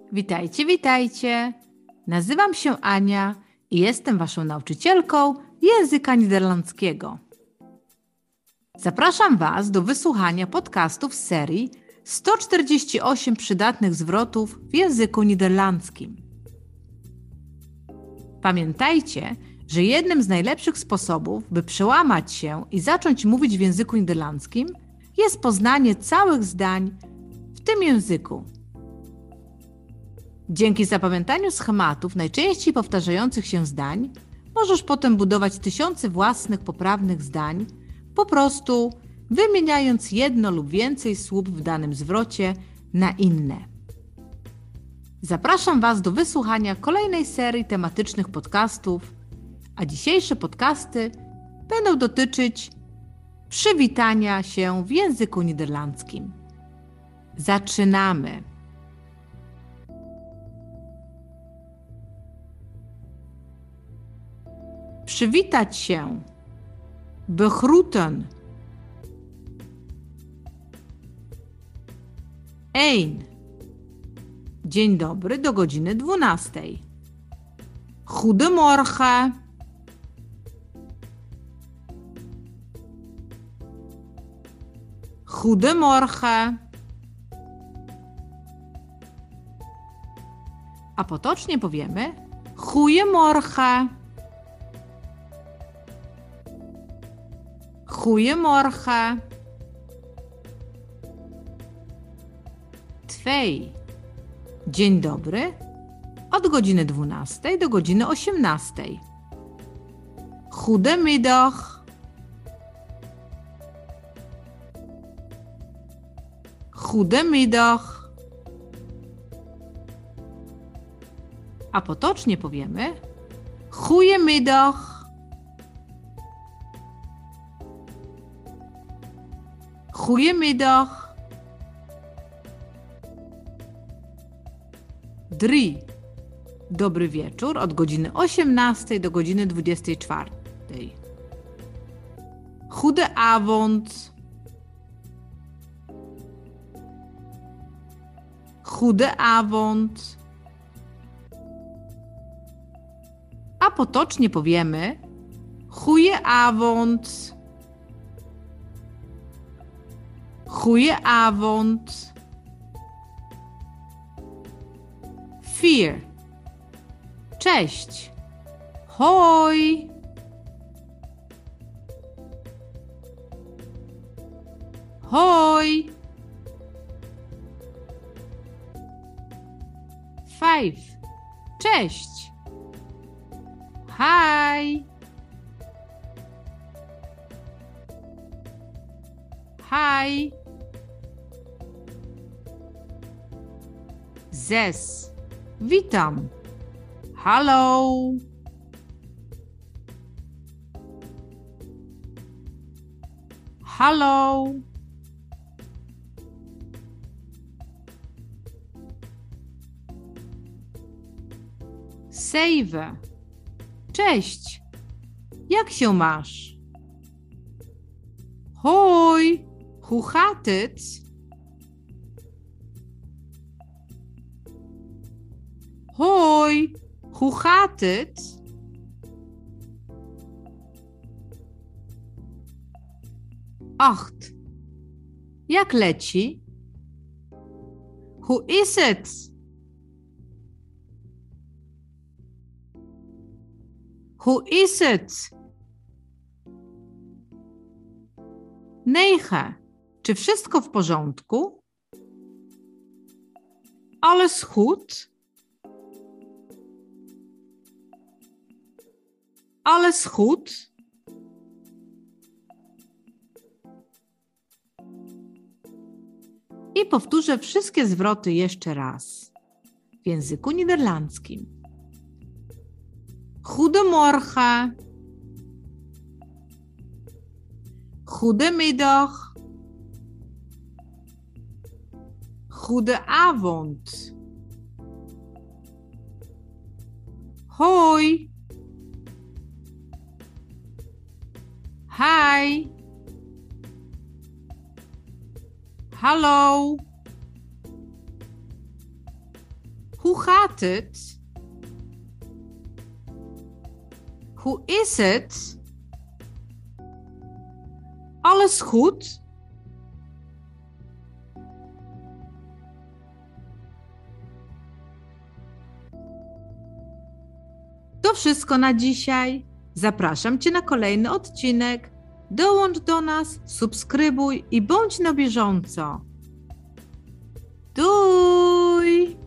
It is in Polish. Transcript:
Witajcie, witajcie. Nazywam się Ania i jestem waszą nauczycielką języka niderlandzkiego. Zapraszam was do wysłuchania podcastów z serii 148 przydatnych zwrotów w języku niderlandzkim. Pamiętajcie, że jednym z najlepszych sposobów, by przełamać się i zacząć mówić w języku niderlandzkim, jest poznanie całych zdań w tym języku. Dzięki zapamiętaniu schematów najczęściej powtarzających się zdań możesz potem budować tysiące własnych poprawnych zdań, po prostu wymieniając jedno lub więcej słów w danym zwrocie na inne. Zapraszam was do wysłuchania kolejnej serii tematycznych podcastów, a dzisiejsze podcasty będą dotyczyć przywitania się w języku niderlandzkim. Zaczynamy! Przywitać się. Begroeten. 1. Dzień dobry do godziny 12. Goedemorgen. Goedemorgen. A potocznie powiemy Goeiemorgen. Goeiemorgen. 2. Dzień dobry od godziny 12 do godziny 18. Goedemiddag. Goedemiddag. A potocznie powiemy Goeiemiddag. Goedemiddag. 3. Dobry wieczór od godziny 18 do godziny 24. Goedenavond. Goedenavond. A potocznie powiemy Goedenavond. Goedenavond. 4. Cześć. Hoi. Hoi. 5. Cześć. Hi. Hi. 6. Witam. Hallo. Hallo. 7. Cześć. Jak się masz? Hoi. Hoe gaat het? Hoi, hoe gaat het? 8. Jak leci? Hoe is het? Hoe is het? 9. Czy wszystko w porządku? Alles goed? Alles goed? I powtórzę wszystkie zwroty jeszcze raz w języku niderlandzkim. Goedemorgen. Goedemiddag. Goedenavond. Hoi. Hi. Hallo. Who had it? Who is it? Alles goed? To wszystko na dzisiaj. Zapraszam Cię na kolejny odcinek. Dołącz do nas, subskrybuj i bądź na bieżąco. Duj!